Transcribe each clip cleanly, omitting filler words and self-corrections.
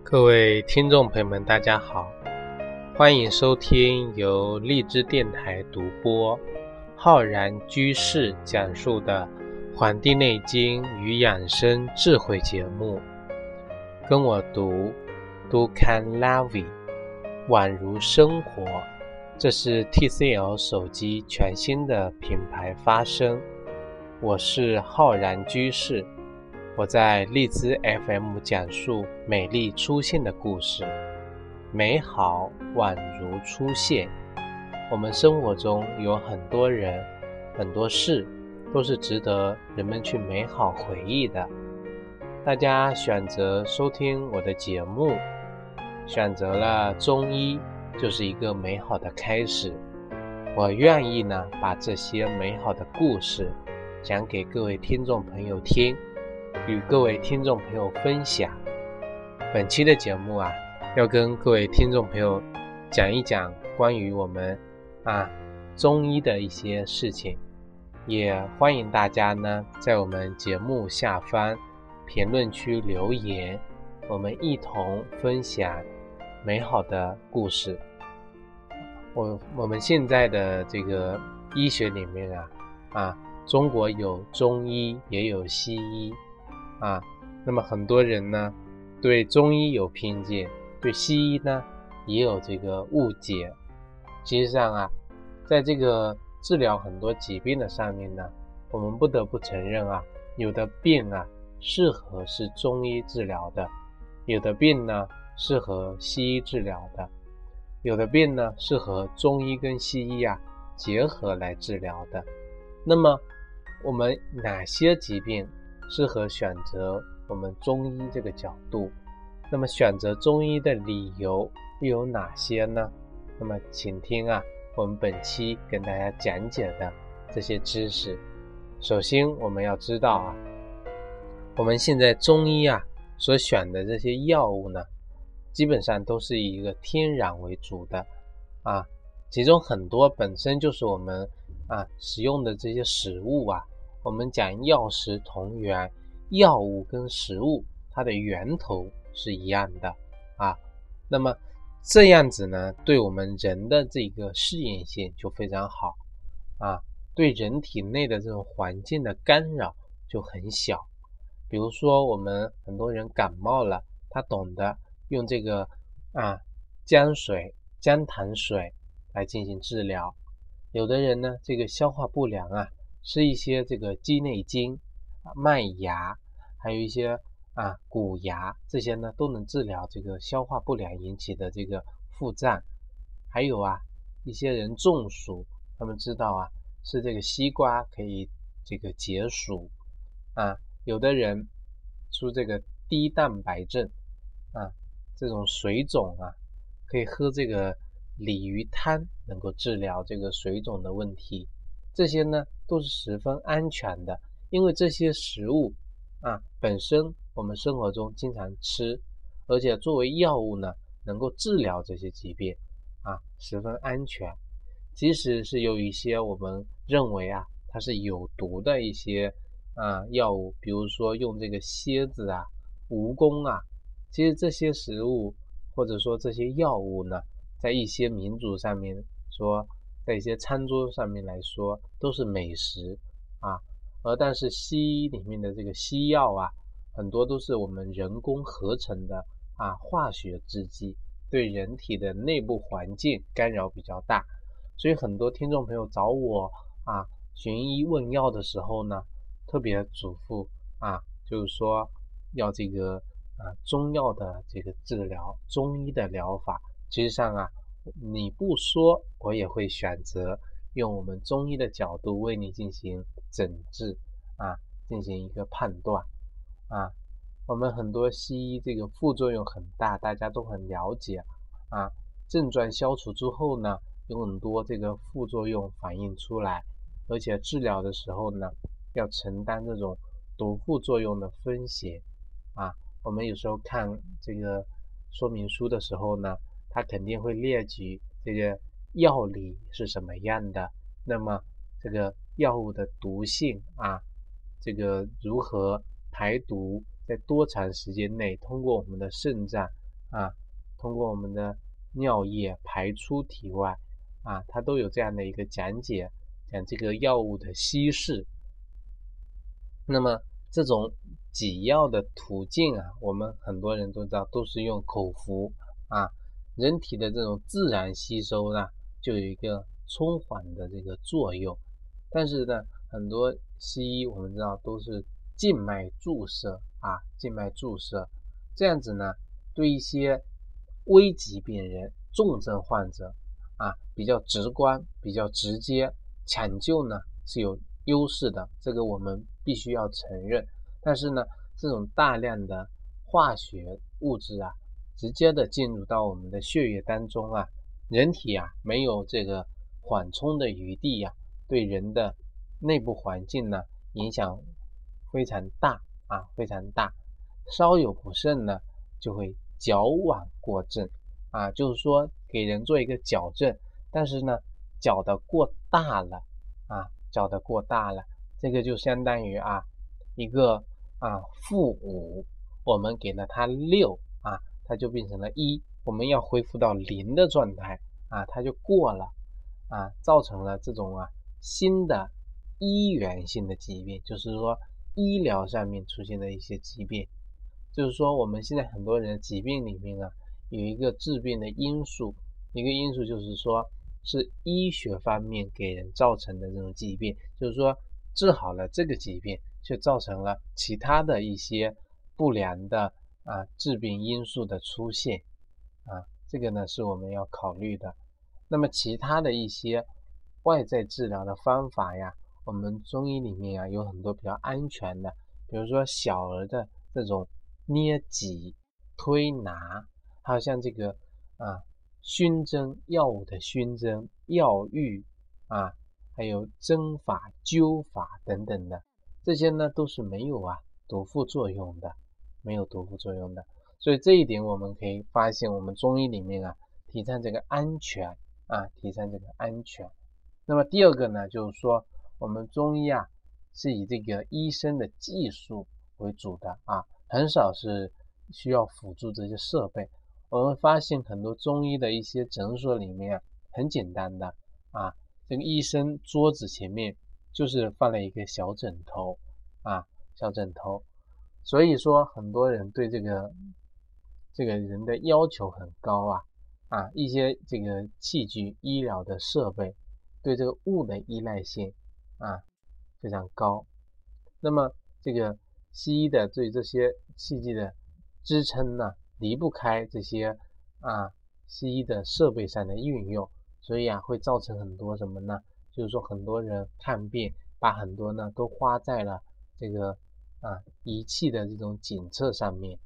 各位听众朋友们，大家好，欢迎收听由荔枝电台独播、浩然居士讲述的《黄帝内经与养生智慧》节目。跟我读都看 Lavi 宛如生活，这是 TCL 手机全新的品牌发声。我是浩然居士，我在荔枝 FM 讲述美丽出现的故事，美好宛如出现。我们生活中有很多人很多事都是值得人们去美好回忆的。大家选择收听我的节目，选择了中医，就是一个美好的开始。我愿意呢，把这些美好的故事讲给各位听众朋友听，与各位听众朋友分享。本期的节目要跟各位听众朋友讲一讲关于我们中医的一些事情，也欢迎大家呢在我们节目下方评论区留言，我们一同分享美好的故事。我们现在的这个医学里面中国有中医也有西医那么很多人呢对中医有偏见，对西医呢也有这个误解。其实上在这个治疗很多疾病的上面呢，我们不得不承认有的病适合是中医治疗的，有的病呢适合西医治疗的，有的病呢适合中医跟西医结合来治疗的。那么我们哪些疾病适合选择我们中医这个角度？那么选择中医的理由又有哪些呢？那么请听我们本期跟大家讲解的这些知识。首先我们要知道我们现在中医所选的这些药物呢，基本上都是以一个天然为主的其中很多本身就是我们使用的这些食物我们讲药食同源，药物跟食物它的源头是一样的那么这样子呢，对我们人的这个适应性就非常好对人体内的这种环境的干扰就很小。比如说我们很多人感冒了，他懂得用这个姜水、姜糖水来进行治疗。有的人呢，这个消化不良吃一些这个鸡内金、麦芽，还有一些谷芽，这些呢都能治疗这个消化不良引起的这个腹胀。还有一些人中暑，他们知道吃这个西瓜可以这个解暑有的人出这个低蛋白症这种水肿可以喝这个鲤鱼汤，能够治疗这个水肿的问题。这些呢都是十分安全的，因为这些食物本身我们生活中经常吃，而且作为药物呢能够治疗这些疾病十分安全。即使是有一些我们认为它是有毒的一些药物，比如说用这个蝎子蜈蚣其实这些食物或者说这些药物呢，在一些民族上面说，在一些餐桌上面来说都是美食但是西医里面的这个西药很多都是我们人工合成的化学制剂，对人体的内部环境干扰比较大。所以很多听众朋友找我寻医问药的时候呢，特别嘱咐就是说要这个中药的这个治疗，中医的疗法。其实上你不说我也会选择用我们中医的角度为你进行诊治进行一个判断我们很多西医这个副作用很大，大家都很了解症状消除之后呢，有很多这个副作用反映出来，而且治疗的时候呢要承担这种毒副作用的风险我们有时候看这个说明书的时候呢，它肯定会列举这个药理是什么样的，那么这个药物的毒性这个如何排毒，在多长时间内通过我们的肾脏啊，通过我们的尿液排出体外啊，它都有这样的一个讲解，讲这个药物的稀释。那么这种给药的途径啊，我们很多人都知道，都是用口服啊。人体的这种自然吸收呢，就有一个冲缓的这个作用。但是呢，很多西医我们知道都是静脉注射啊，静脉注射，这样子呢，对一些危急病人、重症患者啊，比较直观、比较直接，抢救呢是有优势的，这个我们必须要承认。但是呢，这种大量的化学物质啊，直接的进入到我们的血液当中啊，人体啊没有这个缓冲的余地呀，对人的内部环境呢影响非常大啊，非常大。稍有不慎呢，就会矫枉过正啊，就是说给人做一个矫正，但是呢，矫得过大了啊，矫得过大了，这个就相当于啊一个-5，我们给了它6啊，它就变成了1，我们要恢复到0的状态啊，它就过了啊，造成了这种新的医源性的疾病，就是说医疗上面出现的一些疾病。就是说我们现在很多人疾病里面有一个致病的因素，一个因素就是说是医学方面给人造成的这种疾病，就是说治好了这个疾病，却造成了其他的一些不良的致病因素的出现这个呢是我们要考虑的。那么其他的一些外在治疗的方法呀，我们中医里面有很多比较安全的，比如说小儿的这种捏脊、推拿，还有像这个熏蒸药物的熏蒸、药浴还有针法、灸法等等的，这些呢都是没有毒副作用的，没有毒副作用的。所以这一点我们可以发现，我们中医里面提倡这个安全提倡这个安全。那么第二个呢，就是说我们中医是以这个医生的技术为主的很少是需要辅助这些设备。我们发现很多中医的一些诊所里面很简单的这个医生桌子前面就是放了一个小枕头小枕头。所以说很多人对这个人的要求很高一些这个器具、医疗的设备对这个物的依赖性非常高。那么这个西医的对这些器具的支撑呢，离不开这些西医的设备上的运用，所以会造成很多什么呢？就是说很多人看病把很多呢都花在了这个仪器的这种检测上面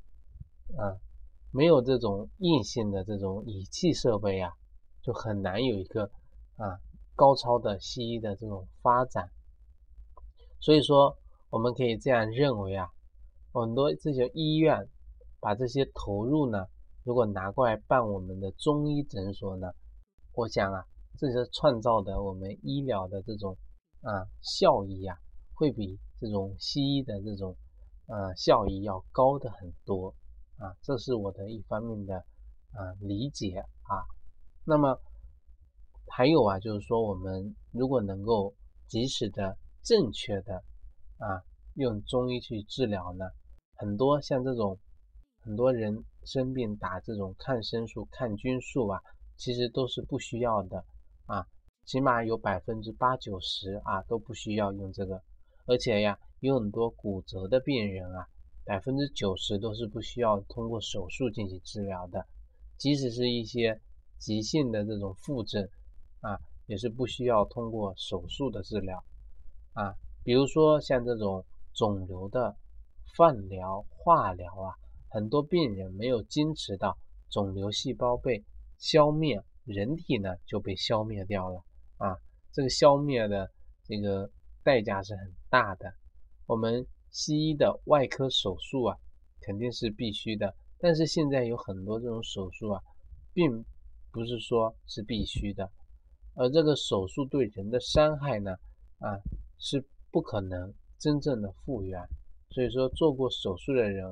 没有这种硬性的这种仪器设备就很难有一个高超的西医的这种发展。所以说我们可以这样认为很多这些医院把这些投入呢，如果拿过来办我们的中医诊所呢，我想这些创造的我们医疗的这种效益会比这种西医的这种效益要高的很多这是我的一方面的理解那么还有就是说我们如果能够及时的正确的用中医去治疗呢，很多像这种很多人生病打这种抗生素、抗菌素其实都是不需要的起码有80%-90%都不需要用这个。而且有很多骨折的病人90%都是不需要通过手术进行治疗的，即使是一些急性的这种腹症也是不需要通过手术的治疗比如说像这种肿瘤的放疗、化疗很多病人没有坚持到肿瘤细胞被消灭，人体呢就被消灭掉了这个消灭的这个代价是很大的。我们西医的外科手术肯定是必须的，但是现在有很多这种手术并不是说是必须的，而这个手术对人的伤害呢是不可能真正的复原。所以说做过手术的人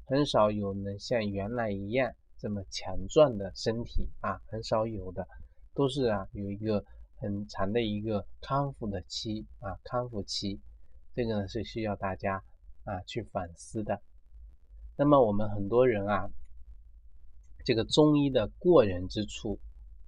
很少有能像原来一样这么强壮的身体啊，很少有的，都是有一个很长的一个康复的期啊，康复期，这个呢是需要大家去反思的。那么我们很多人这个中医的过人之处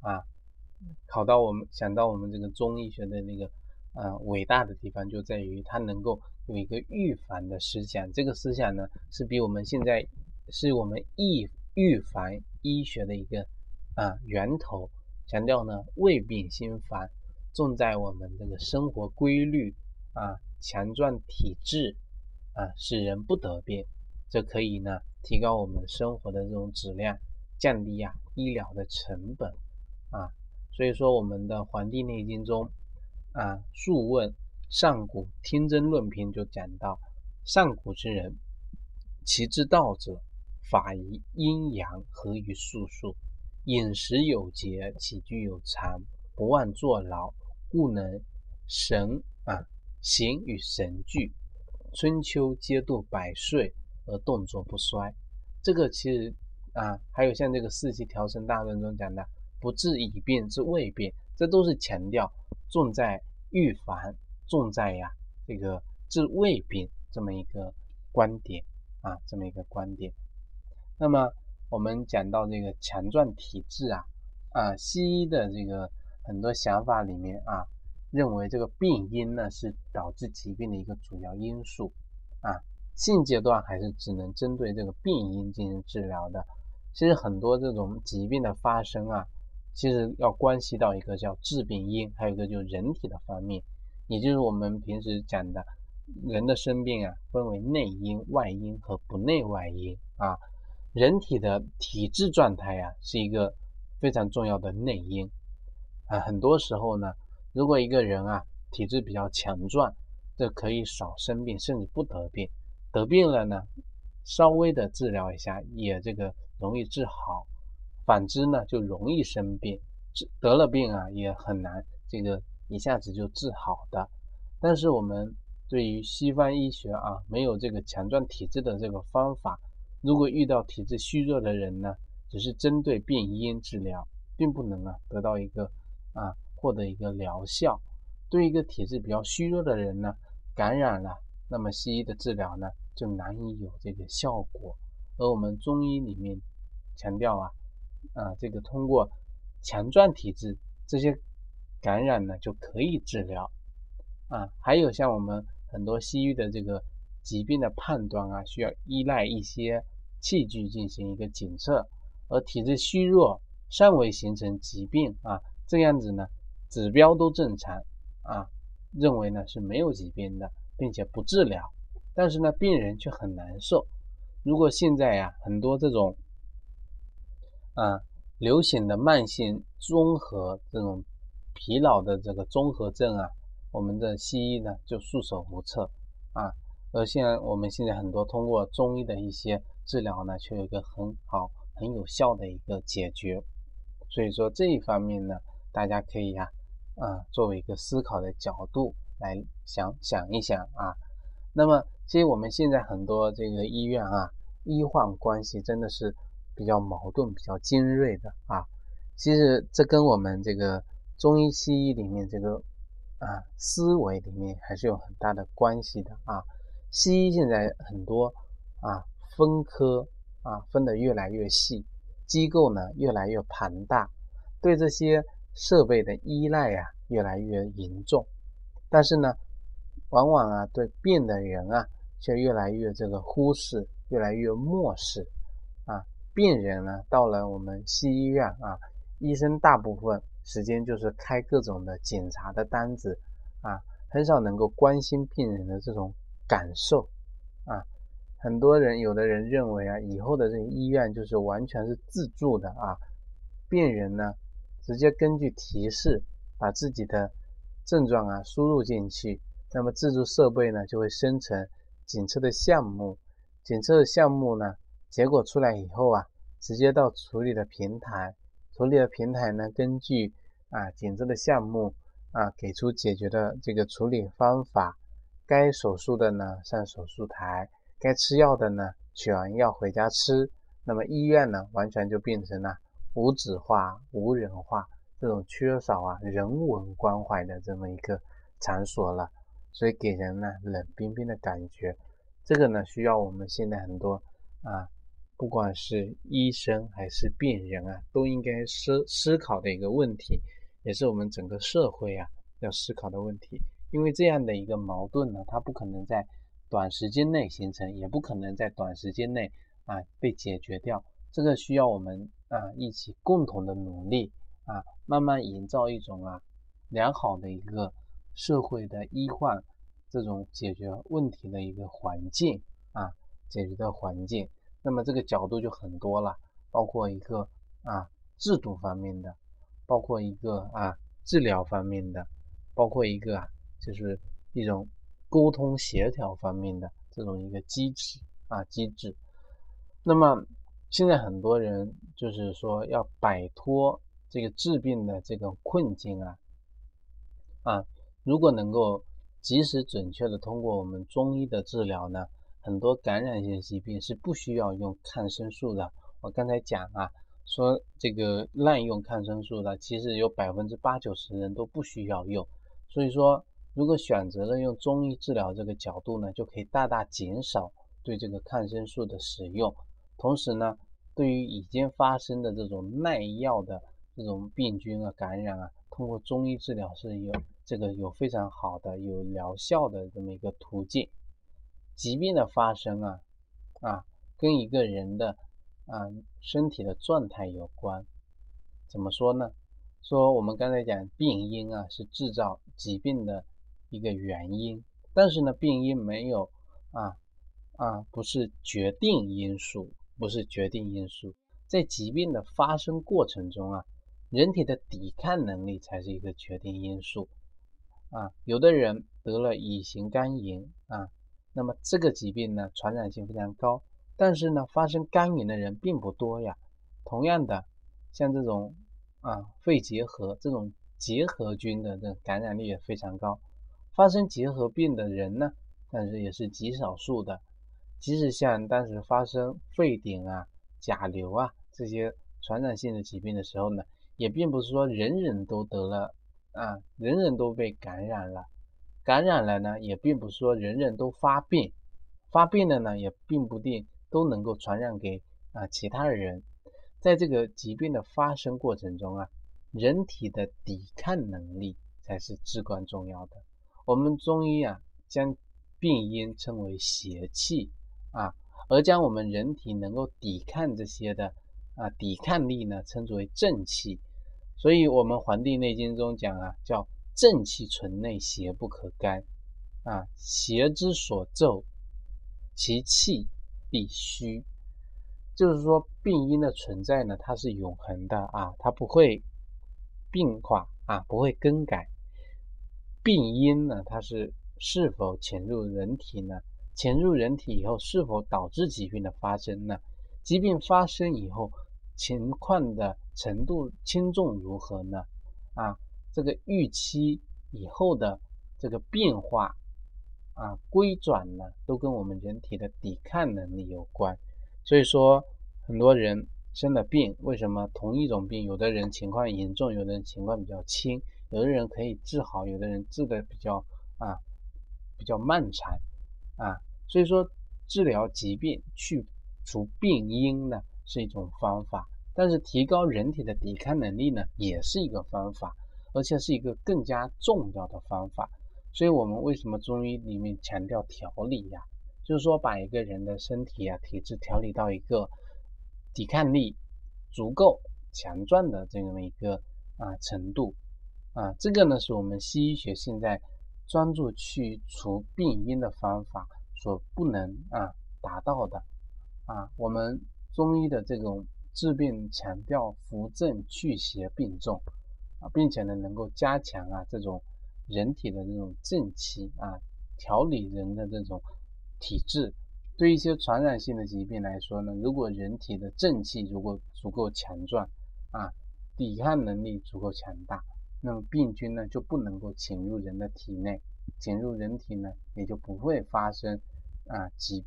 想到我们这个中医学的那个伟大的地方，就在于它能够有一个预防的思想。这个思想呢，是比我们现在是我们预防医学的一个源头。强调呢未病先防，重在我们这个生活规律强壮体质使人不得病。这可以呢提高我们生活的这种质量，降低医疗的成本所以说我们的《黄帝内经》中素问上古听针论篇就讲到，上古之人其之道者，法宜阴阳，合于术数，饮食有节，起居有常，不忘坐劳，故能形与神俱，春秋皆度百岁而动作不衰。这个其实还有像这个四气调神大论中讲的不治已病之未病，这都是强调重在预防，重在这个治未病这么一个观点这么一个观点。那么我们讲到这个强壮体质西医的这个很多想法里面认为这个病因呢是导致疾病的一个主要因素现阶段还是只能针对这个病因进行治疗的。其实很多这种疾病的发生其实要关系到一个叫致病因，还有一个就是人体的方面，也就是我们平时讲的人的生病分为内因、外因和不内外因人体的体质状态是一个非常重要的内因很多时候呢，如果一个人体质比较强壮，这可以少生病，甚至不得病。得病了呢，稍微的治疗一下也这个容易治好，反之呢就容易生病，得了病也很难这个一下子就治好的。但是我们对于西方医学没有这个强壮体质的这个方法，如果遇到体质虚弱的人呢，只是针对病因治疗，并不能得到一个获得一个疗效。对于一个体质比较虚弱的人呢，感染了，那么西医的治疗呢就难以有这个效果。而我们中医里面强调这个通过强壮体质，这些感染呢就可以治疗还有像我们很多西医的这个疾病的判断需要依赖一些器具进行一个检测，而体质虚弱尚未形成疾病这样子呢指标都正常认为呢是没有疾病的，并且不治疗，但是呢病人却很难受。如果现在很多这种流行的慢性综合这种疲劳的这个综合症我们的西医呢就束手无策而我们现在很多通过中医的一些治疗呢，却有一个很好很有效的一个解决。所以说这一方面呢，大家可以作为一个思考的角度来想一想那么其实我们现在很多这个医院医患关系真的是比较矛盾、比较尖锐的其实这跟我们这个中医西医里面这个思维里面还是有很大的关系的西医现在很多分科分得越来越细，机构呢越来越庞大，对这些设备的依赖越来越严重，但是呢往往对病的人却越来越这个忽视，越来越漠视病人呢到了我们西医院医生大部分时间就是开各种的检查的单子很少能够关心病人的这种感受很多人有的人认为以后的这个医院就是完全是自助的病人呢直接根据提示把自己的症状输入进去，那么自助设备呢就会生成检测的项目，检测的项目呢结果出来以后直接到处理的平台，处理的平台呢根据检测的项目给出解决的这个处理方法，该手术的呢上手术台，该吃药的呢取完药回家吃，那么医院呢完全就变成了无纸化、无人化，这种缺少人文关怀的这么一个场所了，所以给人呢冷冰冰的感觉。这个呢需要我们现在很多不管是医生还是病人都应该思考的一个问题，也是我们整个社会要思考的问题。因为这样的一个矛盾呢，它不可能在短时间内形成，也不可能在短时间内被解决掉。这个需要我们一起共同的努力慢慢营造一种良好的一个社会的医患这种解决问题的一个环境解决的环境。那么这个角度就很多了，包括一个制度方面的，包括一个治疗方面的，包括一个就是一种沟通协调方面的这种一个机制。那么现在很多人就是说要摆脱这个治病的这个困境如果能够及时准确的通过我们中医的治疗呢，很多感染性疾病是不需要用抗生素的。我刚才讲说这个滥用抗生素的，其实有80%-90%人都不需要用。所以说如果选择了用中医治疗这个角度呢，就可以大大减少对这个抗生素的使用。同时呢，对于已经发生的这种耐药的这种病菌感染通过中医治疗是有非常好的有疗效的这么一个途径。疾病的发生跟一个人的身体的状态有关。怎么说呢？说我们刚才讲病因是制造疾病的一个原因，但是呢病因没有不是决定因素，在疾病的发生过程中人体的抵抗能力才是一个决定因素有的人得了乙型肝炎那么这个疾病呢传染性非常高，但是呢发生肝炎的人并不多呀。同样的，像这种肺结核这种结核菌的这感染力也非常高，发生结核病的人呢但是也是极少数的。即使像当时发生沸点甲流这些传染性的疾病的时候呢，也并不是说人人都得了人人都被感染了。感染了呢，也并不是说人人都发病，发病了呢，也并不定都能够传染给其他人。在这个疾病的发生过程中人体的抵抗能力才是至关重要的。我们中医将病因称为邪气而将我们人体能够抵抗这些的抵抗力呢称之为正气。所以我们《黄帝内经》中讲叫正气存内，邪不可干邪之所奏，其气必虚。就是说病因的存在呢，它是永恒的它不会变化不会更改。病因呢，它是否潜入人体呢？潜入人体以后是否导致疾病的发生呢？疾病发生以后情况的程度轻重如何呢？这个预期以后的这个变化归转呢，都跟我们人体的抵抗能力有关。所以说很多人生了病，为什么同一种病有的人情况严重，有的人情况比较轻，有的人可以治好，有的人治的比较漫长所以说治疗疾病去除病因呢是一种方法，但是提高人体的抵抗能力呢也是一个方法，而且是一个更加重要的方法。所以我们为什么中医里面强调调理就是说把一个人的身体体质调理到一个抵抗力足够强壮的这么一个程度这个呢是我们西医学现在专注去除病因的方法所不能达到的我们中医的这种治病强调扶正祛邪并重并且呢能够加强这种人体的这种正气调理人的这种体质。对一些传染性的疾病来说呢，如果人体的正气如果足够强壮抵抗能力足够强大，那么病菌呢就不能够侵入人的体内，侵入人体呢也就不会发生疾病，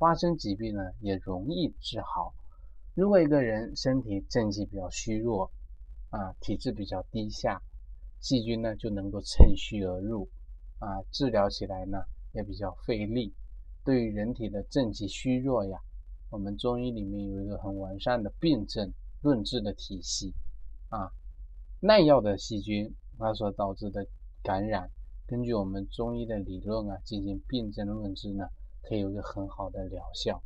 发生疾病呢也容易治好。如果一个人身体正气比较虚弱体质比较低下，细菌呢就能够趁虚而入治疗起来呢也比较费力。对于人体的正气虚弱呀，我们中医里面有一个很完善的辨证论治的体系耐药的细菌它所导致的感染，根据我们中医的理论进行辨证论治呢，可以有一个很好的疗效。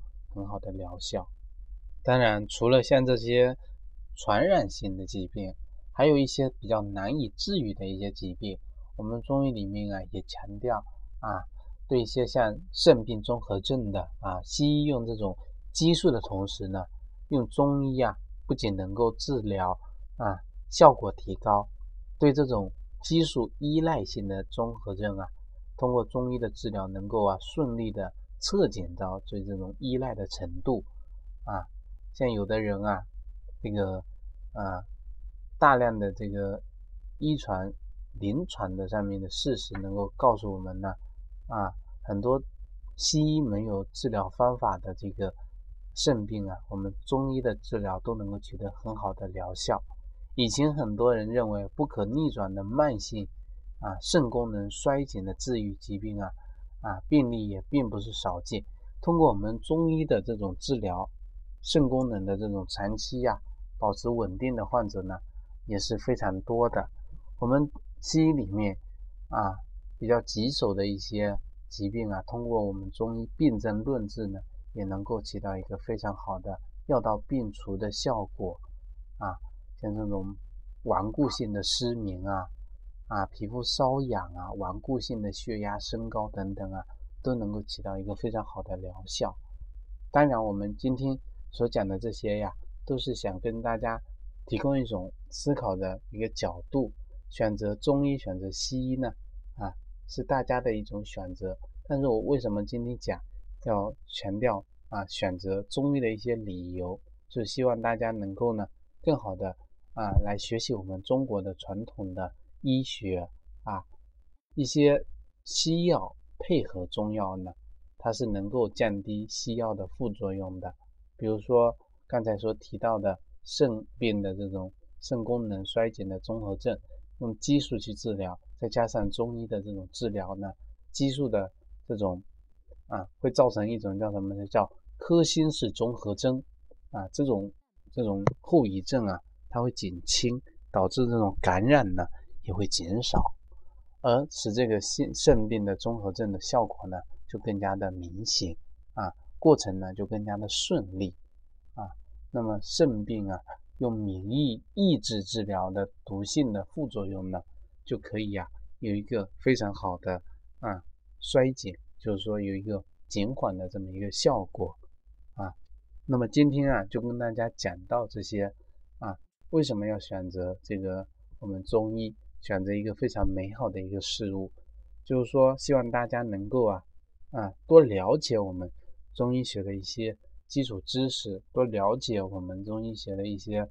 当然除了像这些传染性的疾病，还有一些比较难以治愈的一些疾病，我们中医里面也强调对一些像肾病综合症的西医用这种激素的同时呢，用中医不仅能够治疗效果提高，对这种激素依赖性的综合症通过中医的治疗能够顺利的侧减到对这种依赖的程度像有的人这个大量的这个遗传临床的上面的事实能够告诉我们呢很多西医没有治疗方法的这个肾病我们中医的治疗都能够取得很好的疗效。以前很多人认为不可逆转的慢性肾功能衰减的治愈疾病病例也并不是少见。通过我们中医的这种治疗，肾功能的这种长期保持稳定的患者呢也是非常多的。我们西医里面比较棘手的一些疾病通过我们中医辨证论治呢，也能够起到一个非常好的药到病除的效果像这种顽固性的失眠皮肤瘙痒顽固性的血压升高等等都能够起到一个非常好的疗效。当然我们今天所讲的这些都是想跟大家提供一种思考的一个角度，选择中医选择西医呢是大家的一种选择。但是我为什么今天讲要强调选择中医的一些理由，就是希望大家能够呢更好的来学习我们中国的传统的医学一些西药配合中药呢，它是能够降低西药的副作用的。比如说刚才所提到的肾病的这种肾功能衰减的综合症，用激素去治疗，再加上中医的这种治疗呢，激素的这种会造成一种叫什么呢？叫科兴式综合征这种后遗症它会减轻，导致这种感染呢也会减少，而使这个肾病的综合症的效果呢就更加的明显过程呢就更加的顺利那么肾病用免疫抑制治疗的毒性的副作用呢，就可以有一个非常好的衰减，就是说有一个减缓的这么一个效果那么今天就跟大家讲到这些为什么要选择这个我们中医，选择一个非常美好的一个事物，就是说希望大家能够多了解我们中医学的一些基础知识，多了解我们中医学的一些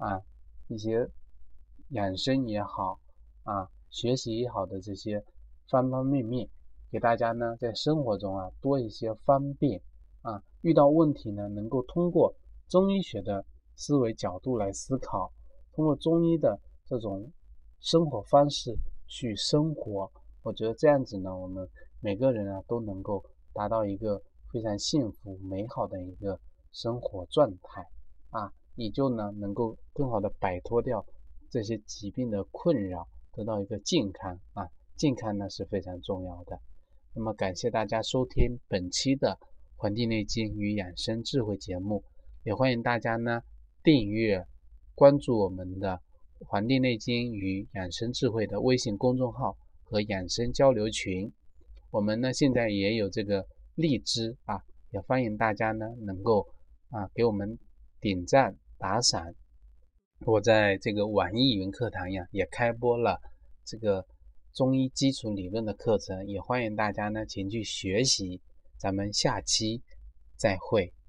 养生也好学习也好的这些方方面面，给大家呢在生活中多一些方便遇到问题呢能够通过中医学的思维角度来思考，通过中医的这种生活方式去生活。我觉得这样子呢，我们每个人都能够达到一个非常幸福美好的一个生活状态也就呢能够更好的摆脱掉这些疾病的困扰，得到一个健康健康呢是非常重要的。那么感谢大家收听本期的《黄帝内经与养生智慧》节目，也欢迎大家呢订阅关注我们的《黄帝内经与养生智慧》的微信公众号和养生交流群。我们呢现在也有这个荔枝也欢迎大家呢能够给我们点赞打赏。我在这个网易云课堂也开播了这个中医基础理论的课程，也欢迎大家呢前去学习。咱们下期再会。